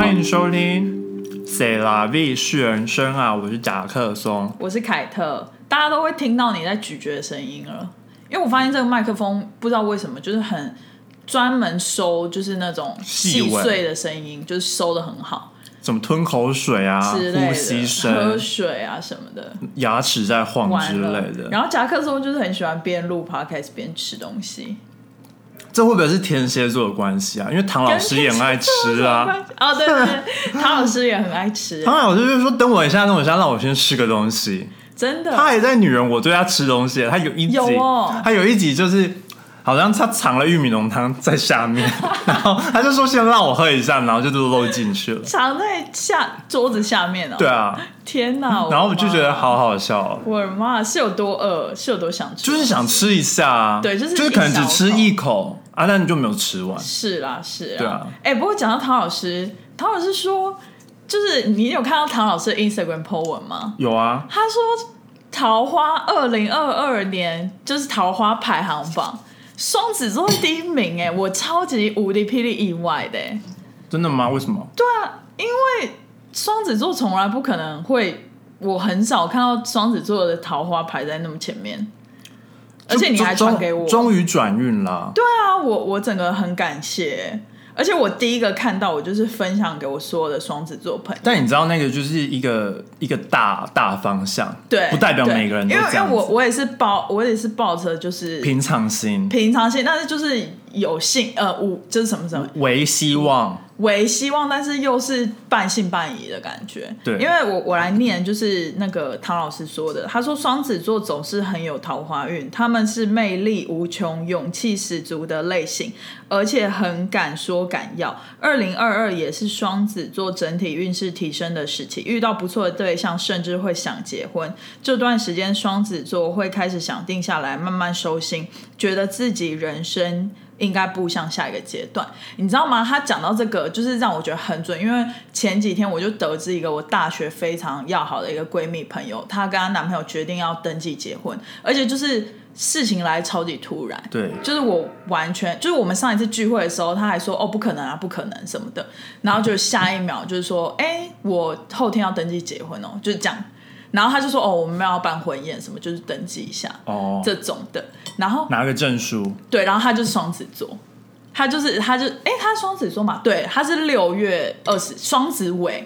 欢迎收听《C'est la vie 是人生》啊，我是甲克松， 我是凯特。大家都会听到你在咀嚼的声音了，因为我发现这个麦克风不知道为什么就是很专门收，就是那种细碎的声音，就是收得很好。 什么吞口水啊、呼吸声、 喝水啊什么的， 牙齿在晃之类的。 然后甲克松就是很喜欢边录 podcast 边吃东西。 这会不会是天蝎座的关系啊？因为唐老师也很爱吃啊。 哦，对对对，唐老师也很爱吃。 唐老师就说：“等我一下，等我一下，让我先吃个东西。” 真的， 他还在女人我对他吃东西。他有一集，他有一集就是好像他藏了玉米浓汤在下面，然后他就说：“先让我喝一下。”然后就都漏进去了， 藏在桌子下面哦。 对啊， 天哪！ 然后我就觉得好好笑哦。 我的妈，是有多饿，是有多想吃， 就是想吃一下啊。 对， 就是可能只吃一口啊，但你就没有吃完。 是啦，是啦。 对啊。 不过讲到唐老师说，就是你有看到唐老师的 Instagram po 文吗？ 有啊。 他说桃花2022年就是桃花排行榜，双子座第一名哎，我超级无敌霹雳意外的哎。 真的吗？为什么？ 对啊，因为双子座从来不可能会，我很少看到双子座的桃花排在那么前面，而且你还传给我， 终于转运了。 对啊，我整个很感谢。而且我第一个看到，我就是分享给我所有的双子座朋友。 但你知道那个就是一个大方向， 对， 不代表每个人都这样子。 因为我也是抱着就是平常心， 但是就是有就是什么唯希望， 但是又是半信半疑的感觉。 对， 因为我来念就是那个唐老师说的，他说双子座总是很有桃花运，他们是魅力无穷、勇气十足的类型，而且很敢说敢要。2022也是双子座整体运势提升的时期，遇到不错的对象，甚至会想结婚。这段时间双子座会开始想定下来，慢慢收心，觉得自己人生应该步向下一个阶段，你知道吗？他讲到这个，就是让我觉得很准，因为前几天我就得知一个我大学非常要好的一个闺蜜朋友，她跟她男朋友决定要登记结婚，而且就是事情来超级突然。 对， 就是我完全就是我们上一次聚会的时候，她还说哦不可能啊，不可能什么的，然后就下一秒就是说，我后天要登记结婚哦，就是这样。然后他就说哦，我们要办婚宴什么，就是登记一下这种的。然后拿个证书， 对，然后他就是双子座，他是双子座嘛？对，他是6月20，双子尾。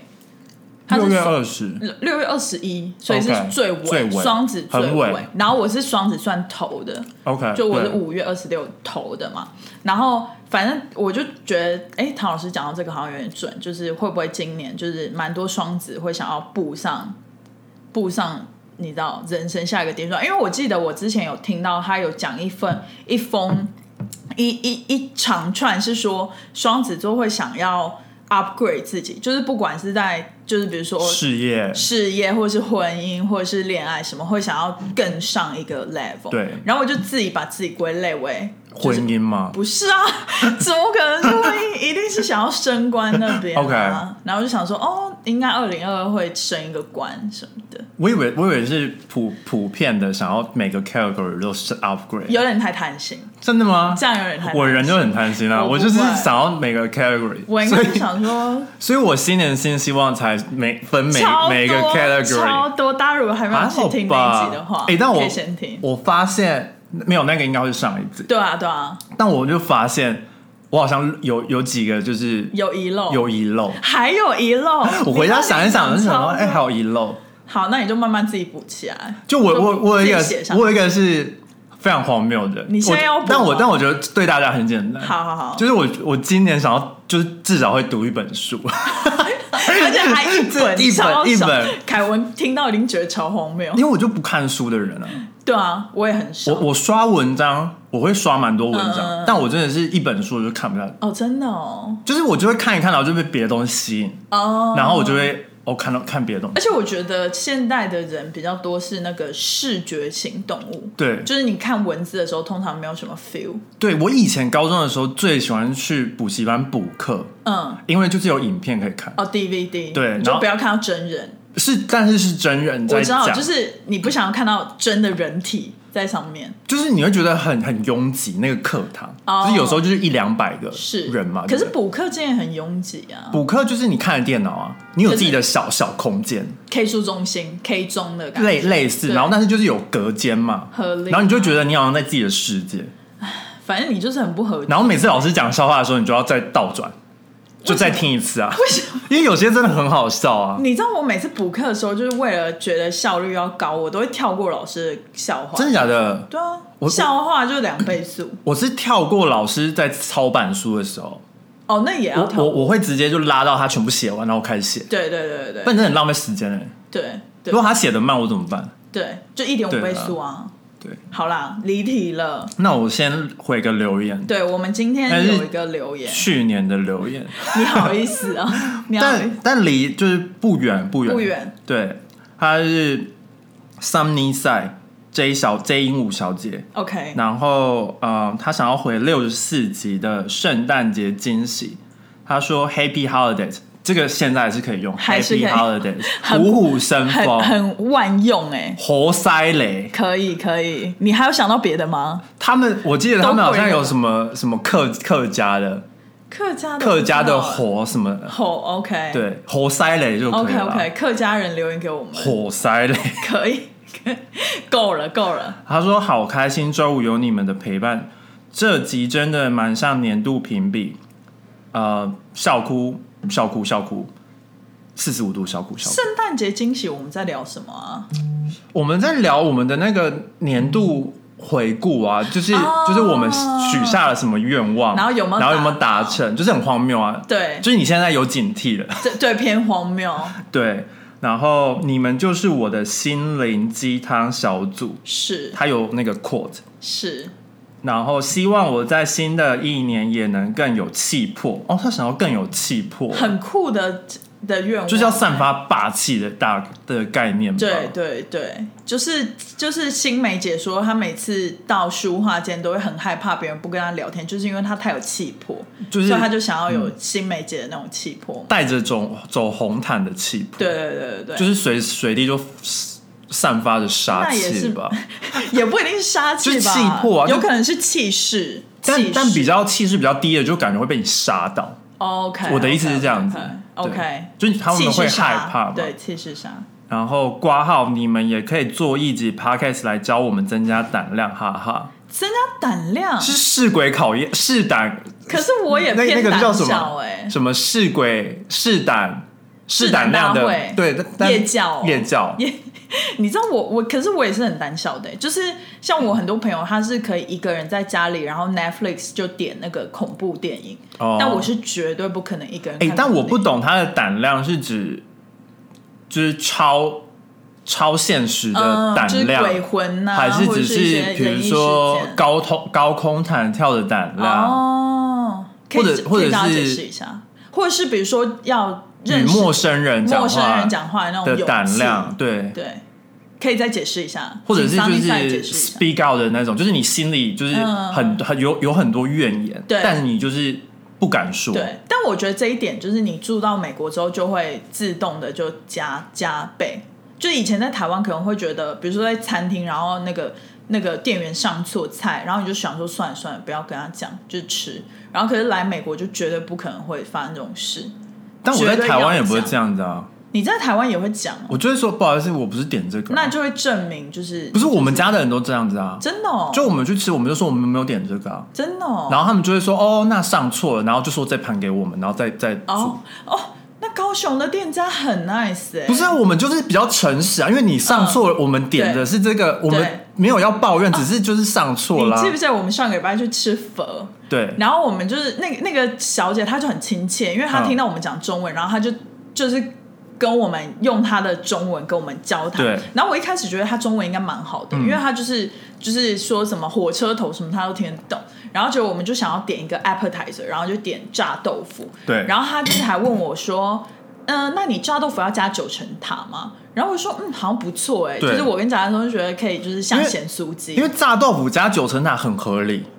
6月20，6 月21，所以是最尾，双子最尾。然后我是双子算头的 ，OK， 就我是5月26头的嘛。然后反正我就觉得，唐老师讲到这个好像有点准，就是会不会今年就是蛮多双子会想要步上你知道人生下一个阶段？因为我记得我之前有听到他有讲一长串是说双子座会想要 upgrade 自己，就是不管是在就是比如说事业或是婚姻或者是恋爱什么，会想要更上一个 level。 对， 然后我就自己把自己归类为婚姻吗？ 不是啊，怎么可能是婚姻？一定是想要升官那边啊。 OK， 然后就想说应该2022会升一个官什么的。 我以为是普遍的想要每个 category 都是 upgrade， 有点太贪心。 真的吗？ 这样有点太贪心。 我人就很贪心啊，我就是想要每个 category。 我应该想说， 所以我新年新希望才每个 category 超多。大家如果还没有去听那一集的话， 但可以先听。 我发现没有那个应该会上一集。 对啊。 但我就发现我好像有几个就是有遗漏，还有遗漏。 我回家想一想，就想说还有遗漏。 好，那你就慢慢自己补起来。 就我有一个是非常荒谬的， 你现在要补吗？ 但我觉得对大家很简单。 好， 就是我今年想要就是至少会读一本书， 而且还一本。凯文听到已经觉得超荒谬， 因为我就不看书的人啊。 对啊，我也很少。 我刷文章，我会刷蛮多文章，但我真的是一本书我就看不下去。 真的哦。 就是我就会看一看，然后就被别的东西吸引然后我就会看别的东西。 而且我觉得现代的人比较多是那个视觉型动物， 对， 就是你看文字的时候通常没有什么 feel。 对，我以前高中的时候最喜欢去补习班补课，因为就是有影片可以看 DVD， 对， 你就不要看到真人。 但是是真人在讲。 我知道，就是你不想要看到真的人体， 在上面， 就是你会觉得很拥挤那个课堂，就是有时候就是100-200个人嘛。 可是补课真的很拥挤啊。 补课就是你看着电脑啊，你有自己的小空间 ，K 书中心 K 中的感觉类似，然后但是就是有隔间嘛， 合理， 然后你就觉得你好像在自己的世界。 反正你就是很不合理。 然后每次老师讲笑话的时候，你就要再倒转。就再听一次啊！ 为什么？ 因为有些真的很好笑啊！ 你知道我每次补课的时候，就是为了觉得效率要高，我都会跳过老师的笑话。 真的假的？ 对啊，笑话就2倍速。 我是跳过老师在抄板书的时候。 哦，那也要跳过。 我会直接就拉到他全部写完，然后开始写。 对， 不然真的很浪费时间嘞。 对， 如果他写的慢，我怎么办？ 对，就1.5倍速啊。 对， 好啦，离题了。 那我先回个留言。 对，我们今天有一个留言， 去年的留言。 你好意思啊？ 但离就是不远。对，他是 Sunnyside J 鹦鹉小姐。 OK。 然后他想要回64集的圣诞节惊喜。他说 Happy Holidays。这个现在是可以用， 还是可以 Happy Holidays， 虎虎生风， 很万用哎， 活塞雷， 可以。你还有想到别的吗？ 我记得他们好像有什么客家的活什么活 ，OK， 对，活塞雷就可以了。 OK， 客家人留言给我们， 活塞雷可以，够了。 他说好开心，周五有你们的陪伴，这集真的蛮像年度评比，笑哭，45度笑哭。 圣诞节惊喜我们在聊什么啊？ 我们在聊我们的那个年度回顾啊，就是我们许下了什么愿望， 然后有没有达成，就是很荒谬啊。 对， 就是你现在有警惕了， 对，偏荒谬。 对，然后你们就是我的心灵鸡汤小组， 是， 他有那个 quote 是。 然后希望我在新的一年也能更有气魄哦，他想要更有气魄， 很酷的愿望， 就是要散发霸气的概念吧。 对，就是新梅姐说，她每次到书画间都会很害怕别人不跟她聊天，就是因为她太有气魄，所以她就想要有新梅姐的那种气魄， 带着走红毯的气魄。 对， 就是随时随地就散发着杀气吧， 也不一定是杀气吧， 就是气魄啊， 有可能是气势， 但比较气势比较低的，就感觉会被你杀到。 OK， 我的意思是这样子。 OK， 就是他们会害怕嘛， 对，气势杀。 然后挂号，你们也可以做一集 podcast 来教我们增加胆量，哈哈。 增加胆量是试鬼考验试胆， 可是我也偏胆小哎， 什么试鬼试胆量的，对，夜教。 你知道可是我也是很胆小的，就是像我很多朋友，他是可以一个人在家里，然后 Netflix 就点那个恐怖电影，但我是绝对不可能一个人看。 但我不懂他的胆量是指就是超现实的胆量， 就是鬼魂啊， 还是只是比如说高空弹跳的胆量？ 哦， 或者是解释一下，或者是比如说要与陌生人讲话的那种胆量，对， 可以再解释一下， 或者是就是 speak out 的那种，就是你心里就是有很多怨言，但是你就是不敢说。 对，但我觉得这一点就是你住到美国之后就会自动的就加倍。就以前在台湾可能会觉得，比如说在餐厅，然后那个店员上错菜，然后你就想说算了，不要跟他讲，就吃。然后可是来美国就绝对不可能会发生这种事。 但我在台湾也不会这样子啊。 你在台湾也会讲我就会说不好意思，我不是点这个， 那就会证明就是不是我们家的人都这样子啊， 真的哦。 就我们去吃，我们就说我们没有点这个啊， 真的哦。 然后他们就会说哦，那上错了，然后就说这盘给我们，然后再煮。 那高雄的店家很 nice 欸。 不是啊，我们就是比较诚实啊，因为你上错了，我们点的是这个，我们没有要抱怨，只是就是上错了。 你记不记得我们上个礼拜去吃佛？ 对， 然后我们就是那个小姐，她就很亲切，因为她听到我们讲中文，然后她就是跟我们用她的中文跟我们交谈。 对， 然后我一开始觉得她中文应该蛮好的，因为她就是说什么火车头什么她都听得懂。然后结果我们就想要点一个 appetizer， 然后就点炸豆腐。 对， 然后她就是还问我说，那你炸豆腐要加9层塔吗？然后我说好像不错就是我跟贾兰松觉得可以，就是像咸酥鸡， 因为炸豆腐加9层塔很合理。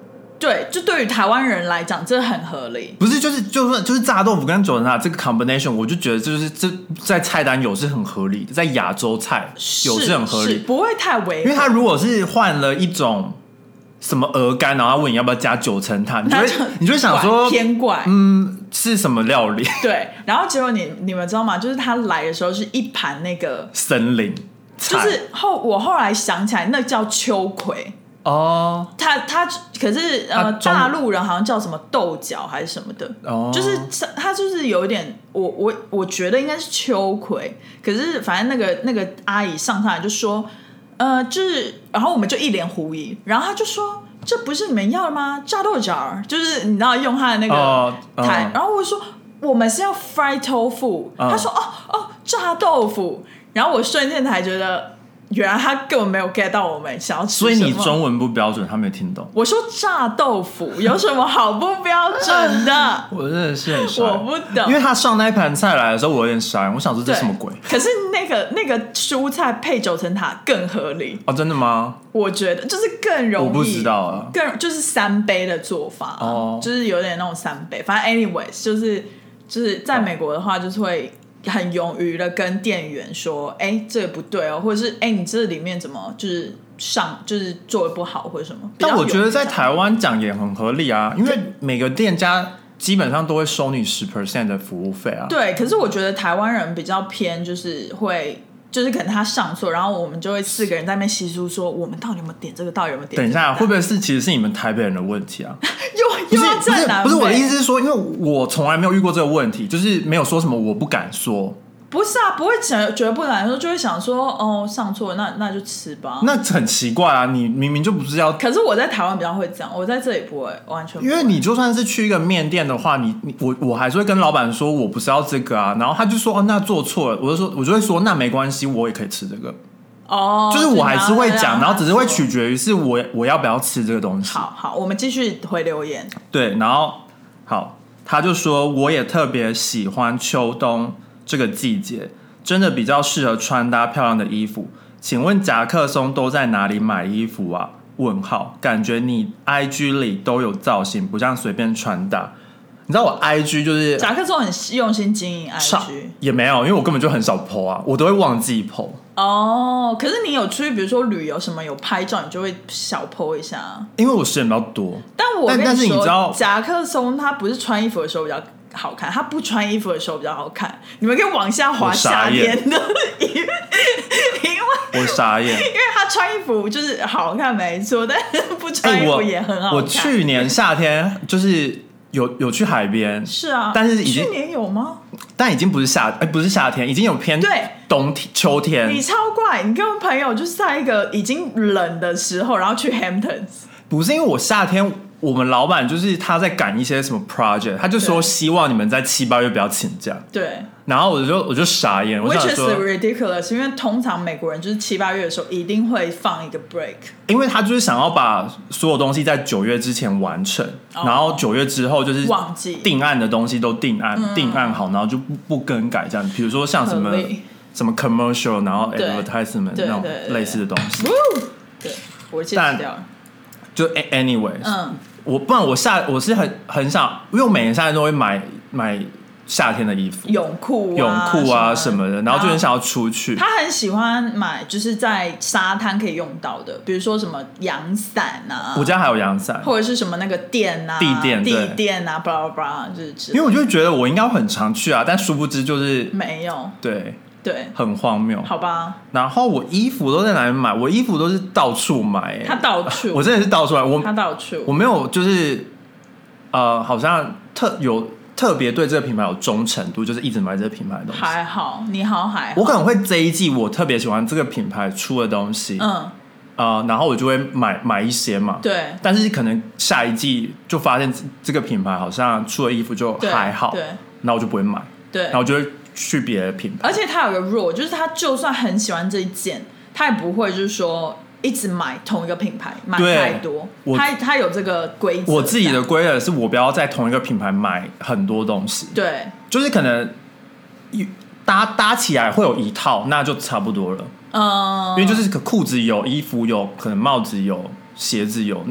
对，就对于台湾人来讲，这很合理。 不是，就是炸豆腐跟九层塔这个 combination， 我就觉得就是这在菜单有是很合理的，在亚洲菜有是很合理， 不会太违和。 因为他如果是换了一种什么鹅肝，然后他问你要不要加九层塔，你就会想说偏怪， 是什么料理？ 对，然后结果你们知道吗？就是他来的时候是一盘那个森林菜， 就是我后来想起来，那叫秋葵。哦，他可是大陆人好像叫什么豆角还是什么的，就是他就是有一点，我觉得应该是秋葵，可是反正那个阿姨上来就说，就是然后我们就一脸狐疑，然后他就说这不是你们要的吗？炸豆角，就是你知道用他的那个台，然后我说我们是要 fried tofu，他说炸豆腐，然后我瞬间才觉得。原来他根本没有 get 到我们想要吃什么， 所以你中文不标准，他没有听懂。 我说炸豆腐有什么好不标准的？ 我真的是很傻， 我不懂。因为他上那一盘菜来的时候，我有点傻，我想说这什么鬼？ 可是那个蔬菜配九层塔更合理哦，真的吗？ 我觉得就是更容易， 我不知道啊， 更就是3杯的做法哦，就是有点那种3杯。反正 anyways，就是在美国的话，就是会。很勇于的跟店员说，这个不对哦，或者是你这里面怎么就是做的不好或者什么。 但我觉得在台湾讲也很合理啊，因为每个店家基本上都会收你10% 的服务费啊。 对，可是我觉得台湾人比较偏，就是会。就是可能他上错，然后我们就会4个人在那边稀疏说，我们到底有没有点这个？到底有没有点？ 等一下，会不会其实是你们台北人的问题啊？ 又要站南北？ 不是我的意思是说，因为我从来没有遇过这个问题，就是没有说什么我不敢说。 不是啊，不会觉得不敢说，就会想说上错，那就吃吧。 那很奇怪啊，你明明就不是要。 可是我在台湾比较会这样，我在这里不会，完全不会。 因为你就算是去一个面店的话，我还是会跟老板说我不是要这个啊，然后他就说那做错了，我就会说那没关系，我也可以吃这个。就是我还是会讲，然后只是会取决于是我要不要吃这个东西。 好，我们继续回留言。 对，然后好，他就说我也特别喜欢秋冬这个季节，真的比较适合穿搭漂亮的衣服。请问夹克松都在哪里买衣服啊？问号，感觉你 IG 里都有造型，不像随便穿搭。你知道我 IG 就是夹克松很用心经营 IG， 也没有，因为我根本就很少 po 啊，我都会忘记 po。 可是你有出去，比如说旅游什么有拍照，你就会小 po 一下。 因为我时间比较多。 但是你知道， 夹克松它不是穿衣服的时候比较好看，它不穿衣服的时候比较好看。你们可以往下滑夏天的，因为我傻眼，因为他穿衣服就是好看没错，但是不穿衣服也很好看。 我去年夏天就是有去海边， 是啊， 但是去年有吗？ 但已经不是夏天，已经有偏冬天秋天。 你超怪，你跟朋友就是在一个已经冷的时候，然后去 Hamptons。 不是因为我夏天，我们老板就是他在赶一些什么 project， 他就说希望你们在7、8月不要请假。 对。然后我就傻眼，我想说 ，which is ridiculous， 因为通常美国人就是7、8月的时候一定会放一个 break， 因为他就是想要把所有东西在9月之前完成，然后9月之后就是忘记定案的东西都定案好，然后就不更改这样。比如说像什么 commercial， 然后 advertisement 那种类似的东西。 对，我记掉了。 就 anyways，不然我是很想，因为我每年夏天都会买夏天的衣服， 泳裤啊什么的，然后就很想要出去。 他很喜欢买，就是在沙滩可以用到的，比如说什么阳伞啊， 我家还有阳伞， 或者是什么那个垫啊、地垫啊，巴拉巴拉，就是因为我就觉得我应该很常去啊，但殊不知就是没有，对， 很荒谬， 好吧。然后我衣服都在哪里买？我衣服都是到处买， 他到处， 我真的是到处买， 他到处， 我没有就是好像特别对这个品牌有忠诚度，就是一直买这个品牌的东西。 还好，你好还好。 我可能会这一季我特别喜欢这个品牌出的东西，然后我就会买一些嘛。 对。 但是可能下一季就发现这个品牌好像出的衣服就还好， 对， 那我就不会买。 对。 然后我就会去别的品牌。 而且他有个 rule， 就是他就算很喜欢这一件，他也不会就是说一直买同一个品牌，买太多。他有这个规则。 我自己的规则是我不要在同一个品牌买很多东西。 对， 就是可能搭起来会有一套，那就差不多了。因为就是裤子有，衣服有，可能帽子有，鞋子有，那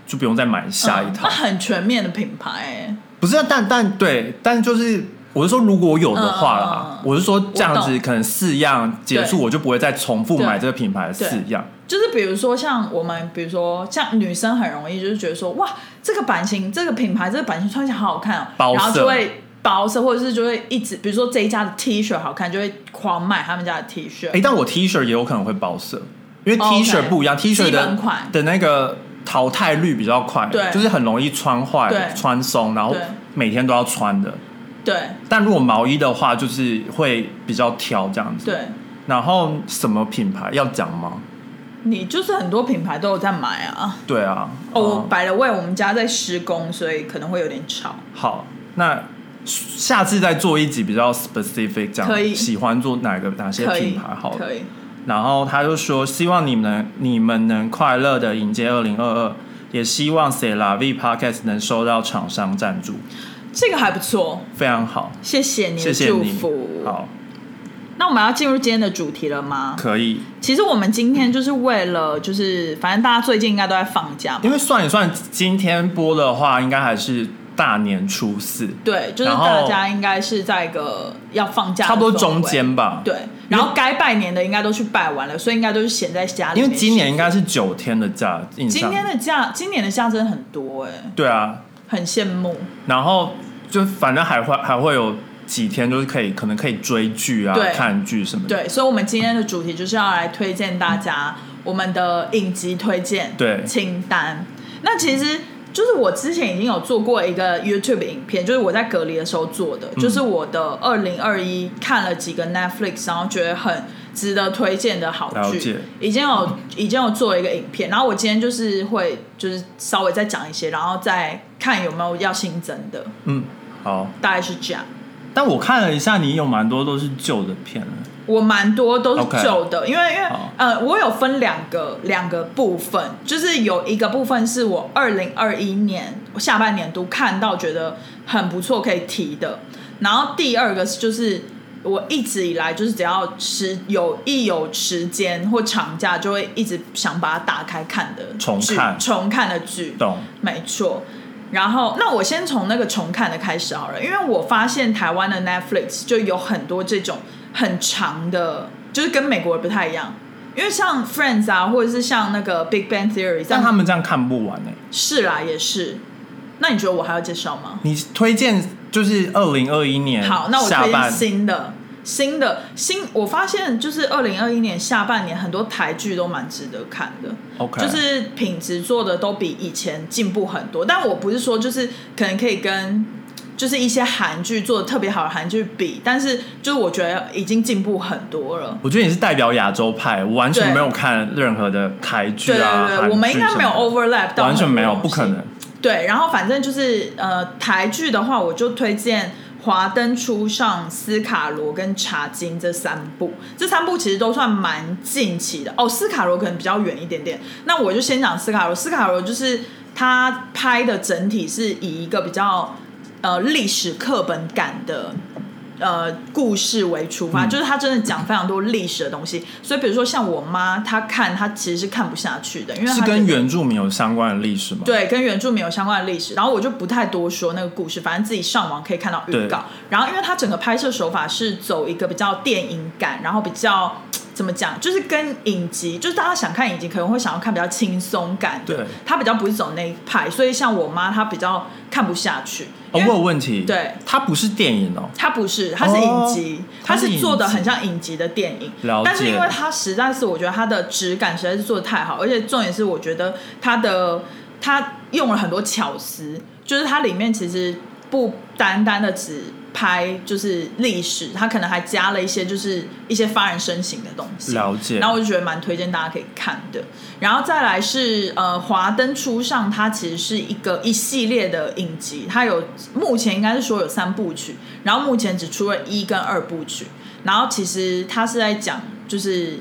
就不用再买下一套。 那很全面的品牌不是，但就是我是说，如果有的话啦，我是说这样子可能4样结束，我就不会再重复买这个品牌的4样。 就是比如说像我们，比如说像女生很容易就是觉得说，哇，这个版型、这个品牌、这个版型穿起来好好看然后就会包色，或者是就会一直，比如说这一家的 T 恤好看，就会狂买他们家的 T 恤。 但我 T 恤也有可能会包色，因为 T 恤不一样，T 恤的那个淘汰率比较快， 对， 就是很容易穿坏、穿松，然后每天都要穿的。 对， 但如果毛衣的话，就是会比较挑这样子。 对， 然后什么品牌要讲吗？ 你就是很多品牌都有在买啊。 对啊。 by the way，我们家在施工，所以可能会有点吵。 好，那下次再做一集比较 specific， 这样可以喜欢做哪些品牌好了。 可以。 然后他就说，希望你们能快乐的迎接2022，也希望 C'est La Vie Podcast 能收到厂商赞助。 这个还不错， 非常好， 谢谢你的祝福。 好， 那我们要进入今天的主题了吗？ 可以。 其实我们今天就是为了，就是反正大家最近应该都在放假嘛， 因为算一算，今天播的话，应该还是大年初4。 对，就是大家应该是在一个要放假的差不多中间吧。 对，然后该拜年的应该都去拜完了，所以应该都是闲在家里面。 因为今年应该是9天的假，今年的假真的很多对啊， 很羡慕。 然后就反正还会有几天，就是可能可以追剧啊、看剧什么的。 对，所以我们今天的主题就是要来推荐大家我们的影集推荐清单。那其实就是我之前已经有做过一个 YouTube 影片，就是我在隔离的时候做的，就是我的2021看了几个 Netflix， 然后觉得很值得推荐的好剧，已经有做了一个影片，然后我今天就是会就是稍微再讲一些，然后再看有没有要新增的。 好， 大概是这样。 但我看了一下，你有蛮多都是旧的片了。 我蛮多都是旧的，因为我有分两个部分，就是有一个部分是我2021年下半年度看到觉得很不错可以提的，然后第二个就是我一直以来就是只要有时间或长假就会一直想把它打开看的重看的剧， 懂？没错。然后，那我先从那个重看的开始好了，因为我发现台湾的 Netflix 就有很多这种很长的，就是跟美国不太一样。因为像 Friends 啊，或者是像那个 Big Bang Theory， 但他们这样看不完是啦，也是。那你觉得我还要介绍吗？ 你推荐就是2021年好，那我推荐新的，我发现就是2021年下半年很多台剧都蛮值得看的。 OK， 就是品质做的都比以前进步很多。但我不是说就是可能可以跟就是一些韩剧做的特别好的韩剧比，但是就是我觉得已经进步很多了。 我觉得你是代表亚洲派，我完全没有看任何的台剧啊， 对，我们应该没有 overlap 到， 完全没有，不可能。 对，然后反正就是台剧的话，我就推荐华灯初上、斯卡罗跟茶金这3部其实都算蛮近期的斯卡罗可能比较远一点点，那我就先讲斯卡罗。斯卡罗就是他拍的整体是以一个比较历史课本感的故事为出发，就是他真的讲非常多历史的东西，所以比如说像我妈她其实是看不下去的，因为是跟原住民有相关的历史吗？ 对，跟原住民有相关的历史，然后我就不太多说那个故事，反正自己上网可以看到预告。然后因为他整个拍摄手法是走一个比较电影感，然后比较怎么讲，就是跟影集，就是大家想看影集可能会想要看比较轻松感的，对，他比较不是走那一派，所以像我妈她比较看不下去。 我有问题， 对， 它不是电影它不是，它是影集，它是做的很像影集的电影，但是因为它实在是我觉得它的质感实在是做的太好，而且重点是我觉得它用了很多巧思，就是它里面其实不单单的只拍就是历史，它可能还加了一些就是一些发人深省的东西， 了解。 然后我就觉得蛮推荐大家可以看的。然后再来是华灯初上，它其实是一系列的影集，它目前应该是说有3部曲，然后目前只出了1跟2部曲。然后其实它是在讲就是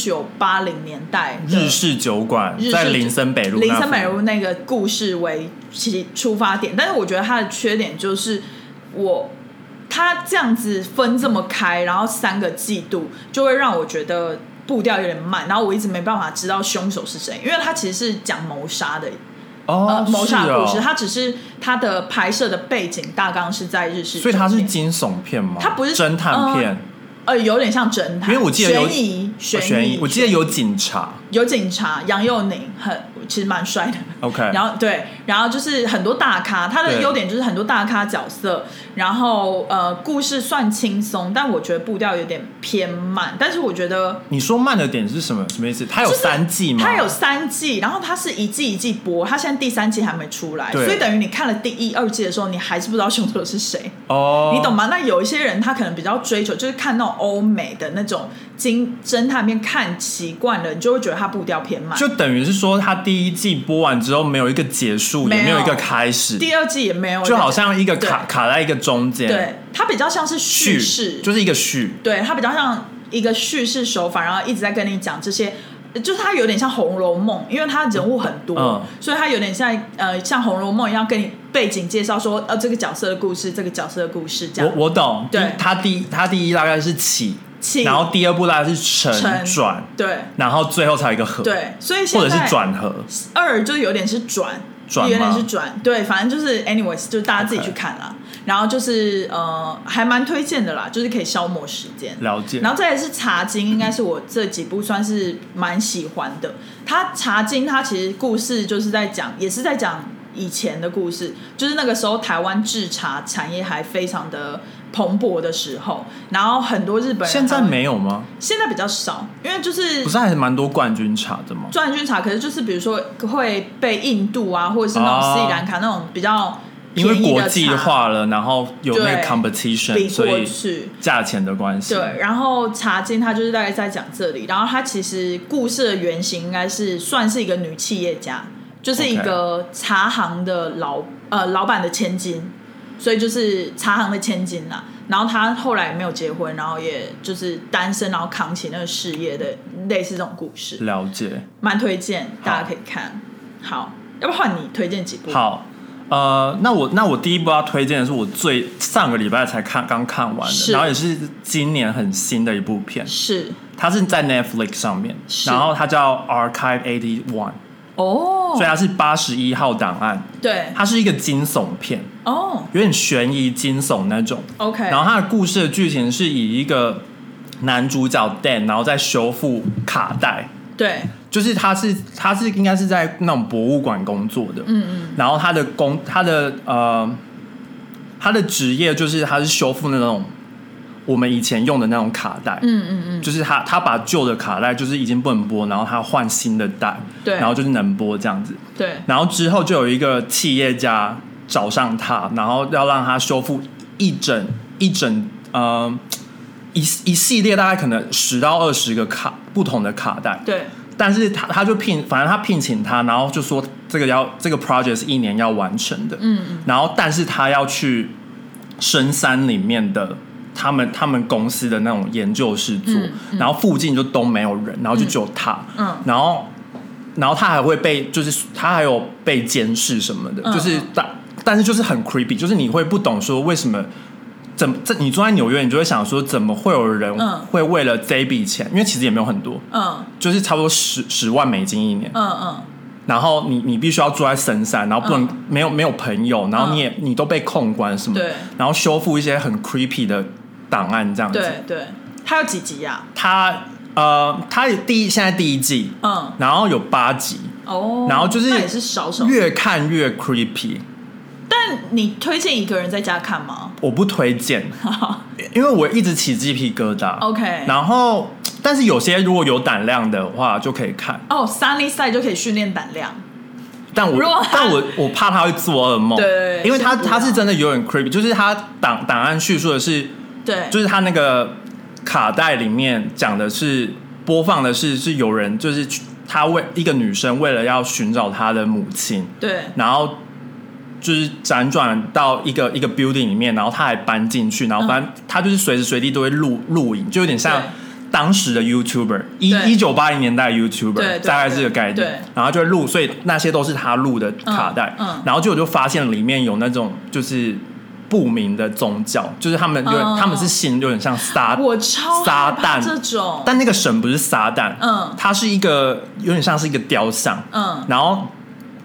1980年代日式酒馆，在林森北路那个故事为其出发点，但是我觉得它的缺点就是他这样子分这么开，然后3个季度就会让我觉得步调有点慢，然后我一直没办法知道凶手是谁，因为他其实是讲谋杀的谋杀故事， 是哦， 它只是它的拍摄的背景大纲是在日式， 所以它是惊悚片吗？ 它不是侦探片。 有点像侦探， 因为我记得有悬疑， 我记得有警察， 杨佑宁其实蛮帅的。 OK， 然后对，然后就是很多大咖，他的优点就是很多大咖角色，然后故事算轻松，但我觉得步调有点偏慢。但是我觉得你说慢的点是什么意思？它有3季吗？ 它有3季，然后它是一季一季播，它现在第3季还没出来，所以等于你看了第1、2季的时候，你还是不知道凶手是谁。你懂吗？那有一些人他可能比较追求，就是看那种欧美的那种侦探片看习惯了，你就会觉得它步调偏慢。 就等于是说，它第1季播完之后没有一个结束，也没有一个开始， 第2季也没有， 就好像一个卡在一个中间。 对，它比较像是叙事， 就是一个序。 对，它比较像一个叙事手法，然后一直在跟你讲这些。就是它有点像《红楼梦》，因为它人物很多，所以它有点像像《红楼梦》一样跟你背景介绍说这个角色的故事，这个角色的故事这样。 我懂， 对， 它第一大概是起，然后第2部大概是沉转， 对， 然后最后才有一个合， 对，所以现在或者是转合 ，2就有点是转，有点是转，对，反正就是 anyways， 就是大家自己去看啦。然后就是还蛮推荐的啦，就是可以消磨时间。 了解。 然后再来是茶经，应该是我这几部算是蛮喜欢的。它茶经它其实故事就是在讲，也是在讲以前的故事，就是那个时候台湾制茶产业还非常的蓬勃的时候，然后很多日本人现在没有吗？ 现在比较少，因为就是不是还是蛮多冠军茶的吗？ 冠军茶可是就是比如说会被印度啊，或者是那种斯里兰卡那种比较。 因为国际化了，然后有那个 competition， 所以价钱的关系。 对，然后茶经它就是大概在讲这里，然后它其实故事的原型应该是算是一个女企业家，就是一个茶行的老板的千金，所以就是茶行的千金啦。然后她后来也没有结婚，然后也就是单身，然后扛起那个事业的类似这种故事。 了解， 蛮推荐，大家可以看。好，要不换你推荐几部？ 好。那我第一部要推荐的是我上个礼拜才刚看完的，然后也是今年很新的一部片， 是它是在 Netflix 上面，然后它叫 Archive 81，所以它是81号档案， 对， 它是一个惊悚片，有点悬疑惊悚那种 ，OK， 然后它的故事的剧情是以一个男主角 Dan， 然后在修复卡带， 对。 就是他是应该是在那种博物馆工作的，然后他的职业就是他是修复那种我们以前用的那种卡带，就是他把旧的卡带就是已经不能播，然后他换新的带， 对， 然后就是能播这样子， 对， 然后之后就有一个企业家找上他，然后要让他修复一整一系列大概可能10到20个不同的卡带， 对。 但是他就反正他聘请他，然后就说这个 project 是1年要完成的，然后但是他要去深山里面的他们公司的那种研究室做，然后附近就都没有人，然后就只有他，然后他还会就是他还有被监视什么的，就是但是就是很 creepy， 就是你会不懂说为什么。你住在纽约，你就会想说，怎么会有人会为了这一笔钱？因为其实也没有很多，就是差不多10万美金一年，然后你必须要住在深山，然后不能没有朋友，然后你都被控管什么，然后修复一些很 creepy 的档案这样子。 对，它有几集呀？ 它现在第1季，然后有8集，然后就是那也是少越看越 creepy。 但你推荐一个人在家看吗？ 我不推荐，因为我一直起鸡皮疙瘩。 OK， 然后但是有些如果有胆量的话就可以看。 Sunny Side 就可以训练胆量。 但我怕他会做噩梦， 对， 因为他是真的有点 creepy， 就是他档案叙述的是， 对， 就是他那个卡带里面讲的是播放的是有人就是他一个女生为了要寻找她的母亲， 对， 然后。就是辗转到一个 building 里面，然后他还搬进去，然后反正他就是随时随地都会录影，就有点像当时的 YouTuber，1980年代的 YouTuber， 大概是这个概念。然后就会录，所以那些都是他录的卡带。然后我就发现里面有那种就是不明的宗教，就是他们是信有点像撒旦这种， 但那个神不是撒旦，他是一个有点像是一个雕像，然后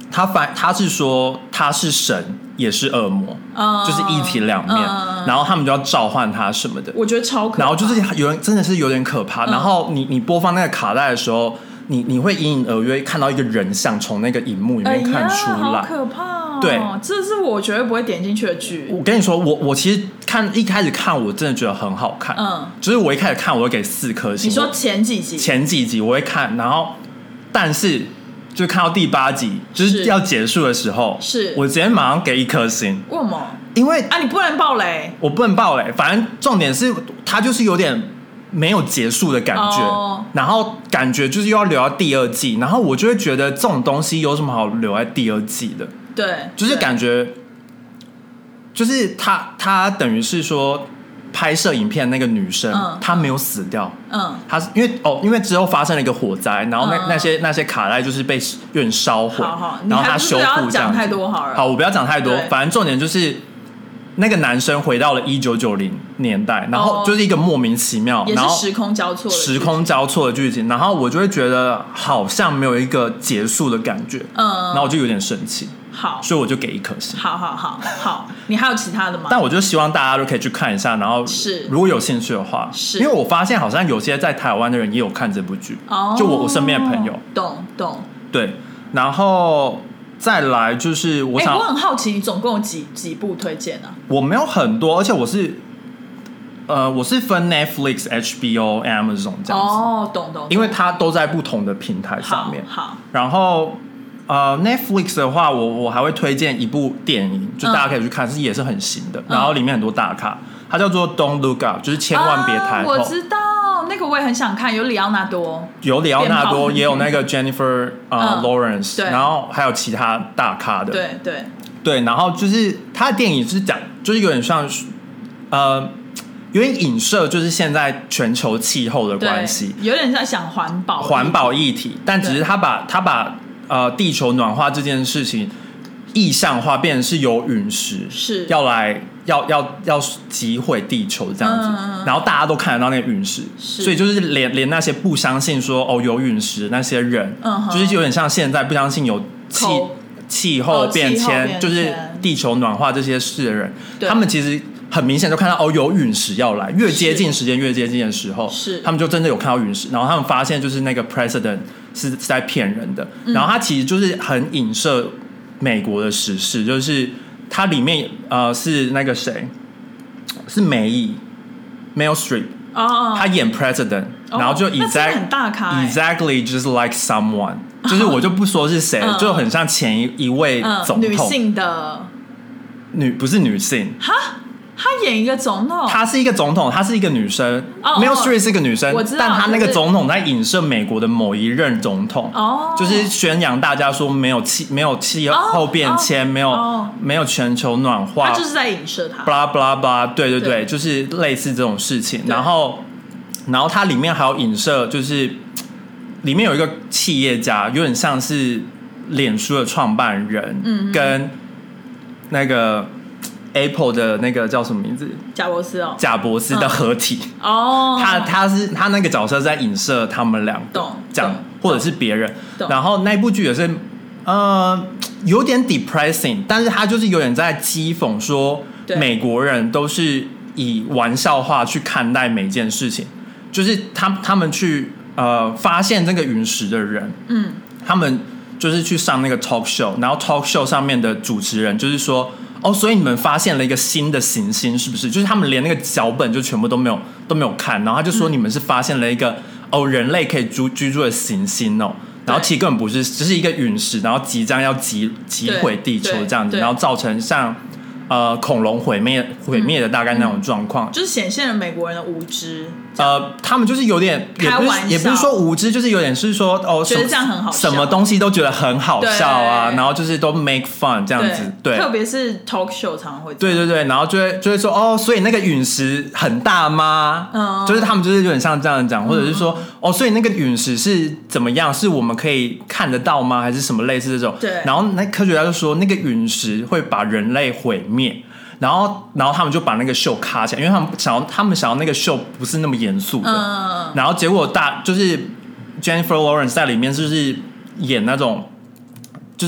他是说他是神也是恶魔，就是一体两面，然后他们就要召唤他什么的， 我觉得超可怕。 然后就是有人真的是有点可怕，然后你播放那个卡带的时候，你会隐隐约约看到一个人像从那个荧幕里面看出来， 好可怕哦！ 对， 这是我绝对不会点进去的剧。 我跟你说，我其实一开始看，我真的觉得很好看，就是我一开始看，我会给4颗星。 你说前几集我会看，然后但是就看到第8集就是要结束的时候， 是我直接马上给1颗星。 为什么？ 因为你不能爆雷， 我不能爆雷，反正重点是它就是有点没有结束的感觉，然后感觉就是又要留到第2季，然后我就会觉得这种东西有什么好留在第2季的？ 对， 就是感觉，就是他等于是说拍摄影片那个女生，她没有死掉，她是因为之后发生了一个火灾，然后那些卡带就是被有点烧毁，然后她修复这样子。 讲太多好了， 好，我不要讲太多，反正重点就是那个男生回到了1990年代，然后就是一个莫名其妙， 也是时空交错的剧情，然后我就会觉得好像没有一个结束的感觉，然后我就有点生气。 好， 所以我就给1颗星。 好，你还有其他的吗？ 但我就希望大家都可以去看一下，然后如果有兴趣的话，因为我发现好像有些在台湾的人也有看这部剧，就我身边的朋友。 懂。 对，然后再来就是我很好奇，你总共有几部推荐啊？ 我没有很多，而且我是分 Netflix、HBO、Amazon 这样子。 懂。 因为它都在不同的平台上面。 好， 然后。Netflix 的话，我还会推荐一部电影，就大家可以去看，也是很新的，然后里面很多大咖，它叫做 Don't Look Up， 就是千万别抬头。 我知道那个我也很想看，有里奥纳多， 也有那个 Jennifer Lawrence，然后还有其他大咖的。对，然后就是他的电影是讲，就是有点像有点影射，就是现在全球气候的关系， 有点在想环保议题，但只是他把地球暖化这件事情意象化，变成是有陨石要来要击毁地球这样子，然后大家都看得到那个陨石，所以就是连那些不相信说有陨石那些人，就是有点像现在不相信有气候变迁，就是地球暖化这些事的人，他们其实很明显就看到有陨石要来，越接近时间越接近的时候，他们就真的有看到陨石，然后他们发现就是那个 president 是在骗人的，然后他其实就是很影射美国的时事，就是它里面是那个谁，是Meryl Streep，他演 president，然后就很大咖 exactly just like someone，就是我就不说是谁，就很像前一位总统， 女性的不是女性哈。他演一个总统， 她是一个总统，她是一个女生，Meryl Streep 是一个女生，但她那个总统在影射美国的某一任总统，就是宣扬大家说没有气候变迁，没有全球暖化， 他就是在影射他 ，blah blah blah， 对，就是类似这种事情。然后它里面还有影射，就是里面有一个企业家，有点像是脸书的创办人，跟那个Apple 的那个叫什么名字？ 贾伯斯的合体他那个角色在影射他们两个，这样或者是别人。然后那部剧也是有点 depressing， 但是他就是有点在讥讽说美国人都是以玩笑话去看待每件事情，就是他们去发现这个陨石的人，他们就是去上那个 talk show， 然后 talk show 上面的主持人就是说。所以你们发现了一个新的行星，是不是？就是他们连那个脚本就全部都没有看，然后他就说你们是发现了一个人类可以居住的行星哦，然后其实根本不是，只是一个陨石，然后即将要击毁地球这样子，然后造成像恐龙毁灭的大概那种状况， 就是显现了美国人的无知。 他们就是有点也不是说无知，就是有点是说觉得这样很好笑， 什么东西都觉得很好笑啊，然后就是都 make fun 这样子，对， 特别是 talk show 常会对，然后就会说所以那个陨石很大吗？就是他们就是有点像这样讲，或者是说所以那个陨石是怎么样？是我们可以看得到吗？还是什么类似这种？ 对， 然后那科学家就说那个陨石会把人类毁灭。然后他们就把那个秀卡起来，因为他们想要那个秀不是那么严肃的。然后结果就是 Jennifer Lawrence 在里面就是演那种就是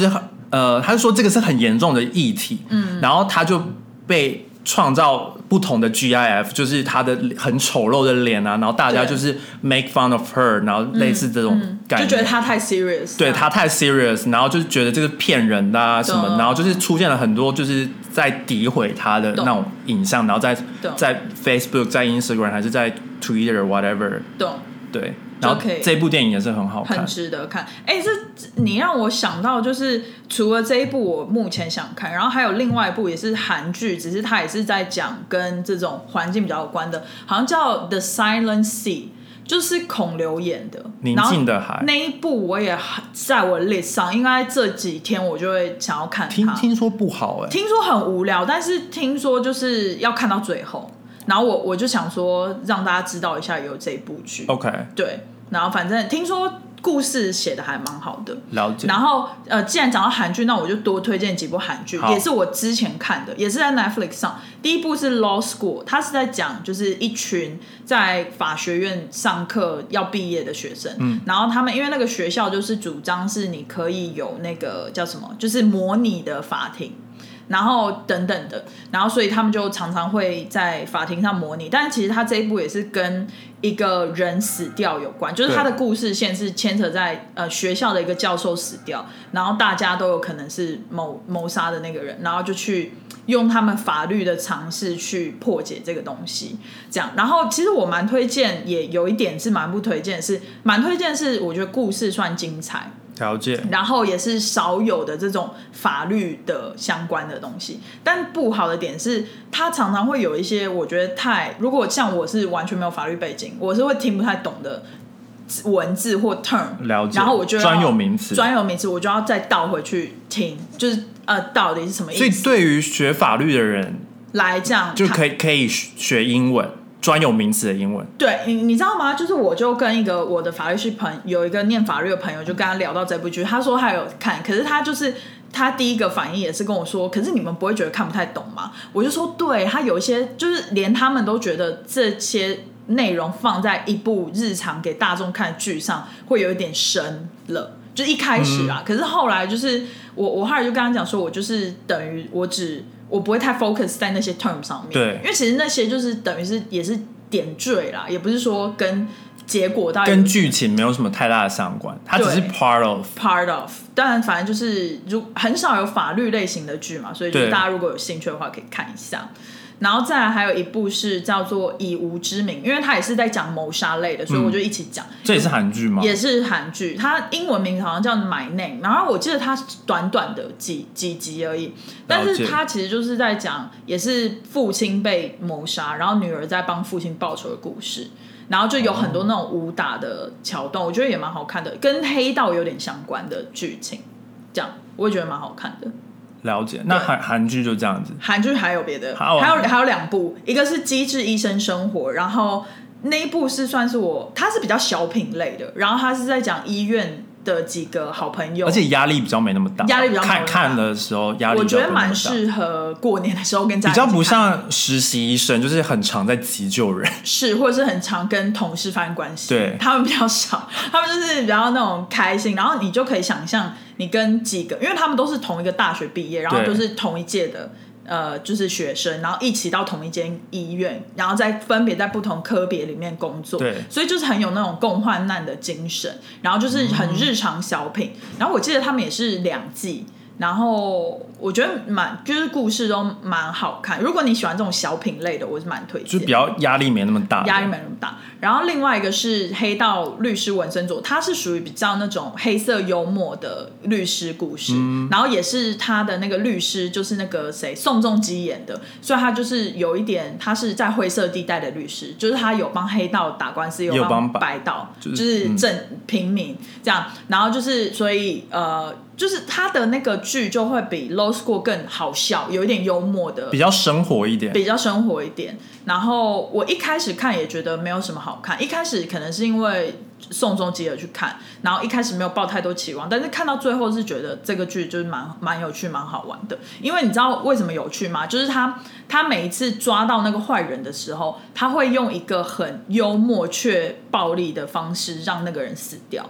他就说这个是很严重的议题，然后他就被创造不同的 GIF， 就是他的很丑陋的脸啊，然后大家就是 make fun of her， 然后类似这种感觉， 就觉得他太 serious， 对他太 serious， 然后就是觉得这个骗人的啊什么，然后就是出现了很多就是在诋毁他的那种影像，然后在 Facebook、在 Instagram 还是在 Twitter whatever， 对。然后这部电影也是很好看， 很值得看。这你让我想到，就是除了这一部我目前想看，然后还有另外一部也是韩剧，只是它也是在讲跟这种环境比较有关的，好像叫 The Silent Sea， 就是孔刘演的宁静的海。 那一部我也在我 list 上，应该这几天我就会想要看它。 听说不好听说很无聊，但是听说就是要看到最后。然后我就想说让大家知道一下有这部剧 OK， 对，然后反正听说故事写的还蛮好的， 了解。 然后既然讲到韩剧，那我就多推荐几部韩剧，也是我之前看的，也是在 Netflix 上。第一部是 Law School， 它是在讲就是一群在法学院上课要毕业的学生，然后他们因为那个学校就是主张是你可以有那个叫什么，就是模拟的法庭。然后等等的，然后所以他们就常常会在法庭上模拟，但其实他这一部也是跟一个人死掉有关，就是他的故事线是牵扯在学校的一个教授死掉，然后大家都有可能是谋杀的那个人，然后就去用他们法律的常识去破解这个东西，这样。然后其实我蛮推荐，也有一点是蛮不推荐，是蛮推荐是我觉得故事算精彩。 了解， 然后也是少有的这种法律的相关的东西，但不好的点是它常常会有一些我觉得如果像我是完全没有法律背景，我是会听不太懂的文字或 term， 了解， 然后我就专有名词我就要再倒回去听，就是到底是什么意思。 所以对于学法律的人来讲， 就可以学英文。专有名词的英文， 对，你知道吗？就是我就跟一个我的法律系有一个念法律的朋友，就跟他聊到这部剧，他说他有看，可是他第一个反应也是跟我说，可是你们不会觉得看不太懂吗？我就说对，他有一些就是连他们都觉得这些内容放在一部日常给大众看的剧上会有一点深了，就一开始啊，可是后来就是我后来就跟他讲说，我就是等于我不会太 focus 在那些 term 上面， 对， 因为其实那些就是等于是也是点缀啦，也不是说跟结果到跟剧情没有什么太大的相关，它只是 part of。 当然，反正就是很少有法律类型的剧嘛，所以就是大家如果有兴趣的话可以看一下。然后再来还有一部是叫做《以无之名》，因为它也是在讲谋杀类的，所以我就一起讲。 这也是韩剧吗？ 也是韩剧，它英文名好像叫 My Name， 然后我记得它短短的几集而已，但是它其实就是在讲，也是父亲被谋杀，然后女儿在帮父亲报仇的故事，然后就有很多那种武打的桥段，我觉得也蛮好看的，跟黑道有点相关的剧情，这样我也觉得蛮好看的。 了解，那韩剧就这样子。 韩剧还有别的，还有两部，一个是《机智医生生活》，然后那一部是算是它是比较小品类的，然后它是在讲医院的几个好朋友， 而且压力比较没那么大， 压力比较没那么大， 看的时候压力比较没那么大， 我觉得蛮适合过年的时候跟家人一起看， 比较不像实习医生，就是很常在急救人， 是或者是很常跟同事发生关系， 对， 他们比较少，他们就是比较那种开心，然后你就可以想象你跟几个，因为他们都是同一个大学毕业，然后都是同一届的。就是学生，然后一起到同一间医院，然后再分别在不同科别里面工作， 对， 所以就是很有那种共患难的精神，然后就是很日常小品，然后我记得他们也是2季，然后我觉得就是故事都蛮好看，如果你喜欢这种小品类的，我是蛮推荐， 就比较压力没那么大， 然后另外一个是黑道律师文森佐，他是属于比较那种黑色幽默的律师故事，然后也是他的那个律师就是那个宋仲基演的，所以他就是有一点他是在灰色地带的律师，就是他有帮黑道打官司，有帮白道，就是平民这样，然后就是所以就是他的那个剧就会比 Law School 更好笑，有一点幽默的， 比较生活一点。 然后我一开始看也觉得没有什么好看，一开始可能是因为宋仲基而去看，然后一开始没有抱太多期望，但是看到最后是觉得这个剧就是蛮有趣、蛮好玩的。因为你知道为什么有趣吗？就是他每一次抓到那个坏人的时候，他会用一个很幽默却暴力的方式让那个人死掉。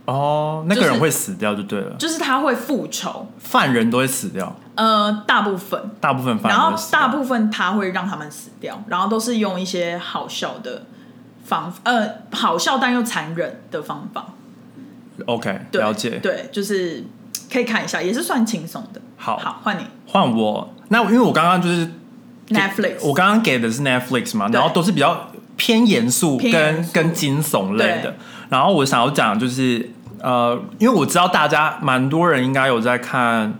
哦，那个人会死掉就对了， 就是他会复仇， 犯人都会死掉。 大部分犯人都会死掉， 然后大部分他会让他们死掉，然后都是用一些好笑的好笑但又残忍的方法。 OK， 了解。 对，就是可以看一下，也是算轻松的。 好， 换你。 换我。那因为我刚刚就是 Netflix， 我刚刚给的是 Netflix 嘛，然后都是比较偏严肃跟惊悚类的。然后我想要讲就是因为我知道大家蛮多人应该有在看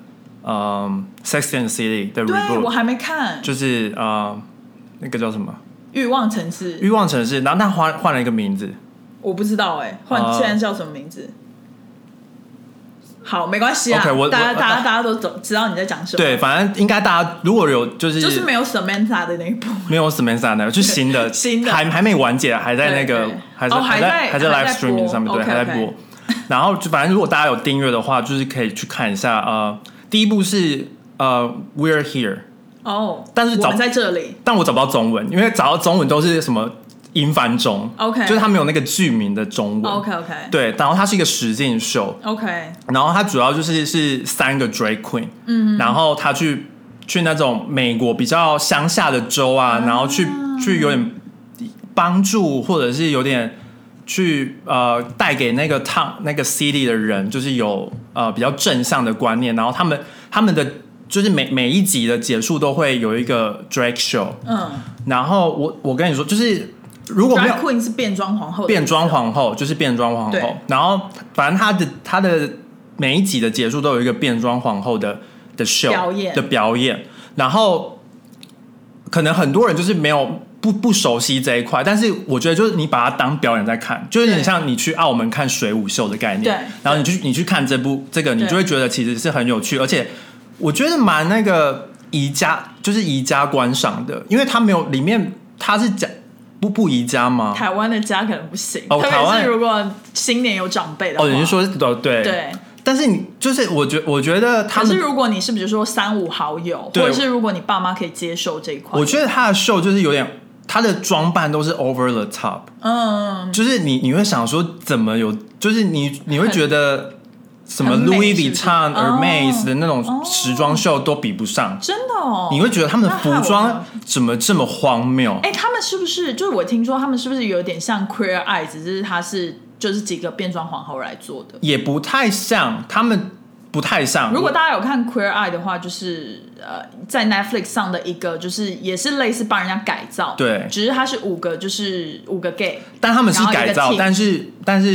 Sex and the City 的 reboot， 对，我还没看， 就是那个叫什么欲望城市， 欲望城市，然后他换了一个名字， 我不知道现在叫什么名字？好，没关系啊。 Okay， 大家都知道你在讲什么。 对，反正应该大家如果有就是没有 Samantha 的那一部， 没有 Samantha 那个，就新的还没完结，还在那个还在 live streaming 上面，对，还在播。然后就反正如果大家有订阅的话，就是可以去看一下。第一部是We're Here， 但是我们在这里， 但我找不到中文，因为找到中文都是什么英翻中 ，OK， 就是它没有那个剧名的中文 ，OK， 对，然后它是一个实境秀 ，OK， 然后它主要就是3个 drag queen，然后他去那种美国比较乡下的州啊，然后去有点帮助或者是有点去带给那个 town 那个 city 的人，就是有比较正向的观念，然后他们的就是每一集的结束都会有一个 drag show，然后我跟你说，就是如果没有 drag queen 是变装皇后， 变装皇后就是变装皇后，然后反正他的每一集的结束都有一个变装皇后的 show 表演，然后可能很多人就是没有不熟悉这一块，但是我觉得就是你把它当表演在看，就有点像你去澳门看水舞秀的概念，然后你去看这个，你就会觉得其实是很有趣，而且我觉得蛮那个宜家观赏的，因为它没有里面它是讲不宜家吗？ 台湾的家可能不行，特别是如果新年有长辈的话。 你是说对。但是你就是我觉得他们， 可是如果你是比如说3-5好友，或者是如果你爸妈可以接受这一块， 我觉得他的秀就是有点，他的装扮都是 over the top，就是你会想说怎么有，就是你会觉得什么 Louis Vuitton、Hermes 的那种时装秀都比不上， 真的哦。 你会觉得他们的服装怎么这么荒谬？ 他们是不是就是我听说他们是不是有点像 Queer Eye， 只是他是就是几个变装皇后来做的？也不太像，他们不太像。 如果大家有看 Queer Eye 的话，就是在 Netflix 上的一个，就是也是类似帮人家改造， 对， 只是他是5个 gay， 但他们是改造，但是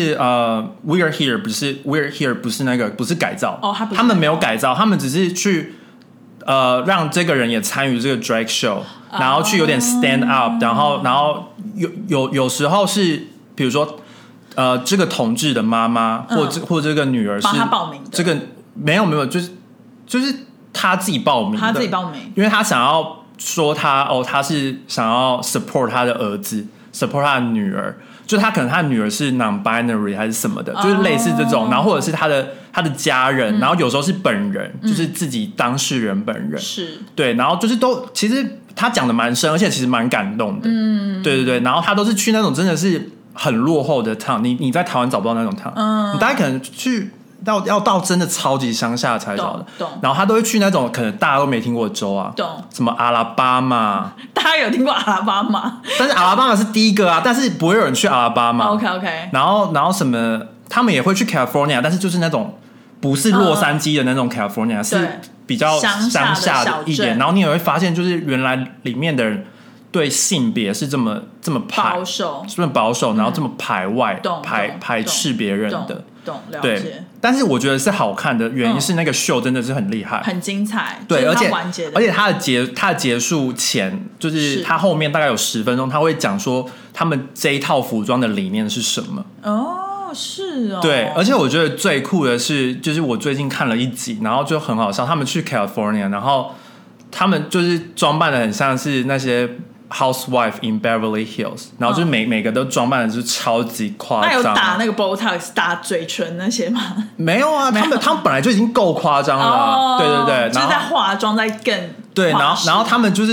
We're Here 不是那个不是改造，他们没有改造，他们只是去让这个人也参与这个 drag show， 然后去有点 stand up， 然后有时候是比如说这个同志的妈妈或这个女儿是帮他报名的， 这个没有就是他自己报名，因为他想要说他是想要 support 他的儿子 support 他的女儿，就他可能他的女儿是 non-binary 还是什么的，就是类似这种，然后或者是他的家人，然后有时候是本人，就是自己当事人本人， 是对，然后就是都其实他讲的蛮深，而且其实蛮感动的，对，然后他都是去那种真的是很落后的 town， 你在台湾找不到那种 town，你大概可能去要到真的超级乡下才找的，然后他都会去那种可能大家都没听过的州啊，什么阿拉巴马， 大家有听过阿拉巴马？ 但是阿拉巴马是第一个啊，但是不会有人去阿拉巴马。 OK， 然后什么，他们也会去 California， 但是就是那种不是洛杉矶的那种 California，是比较乡下的一点。然后你也会发现，就是原来里面的人对性别是这么保守， 这么保守，然后这么排外、排斥别人的。 了解， 但是我觉得是好看的原因是那个秀真的是很厉害， 很精彩， 对，而且它的结束前，就是它后面大概有10分钟，他会讲说他们这一套服装的理念是什么。 是哦， 对，而且我觉得最酷的是，就是我最近看了一集，然后就很好笑，他们去 California， 然后他们就是装扮的很像是那些Housewife in Beverly Hills， 然后就是每个都装扮的就是超级夸张。 那有打那个 Botox 打嘴唇那些吗？ 没有啊，他们本来就已经够夸张了，对， 就是在化妆在更对，然后他们就是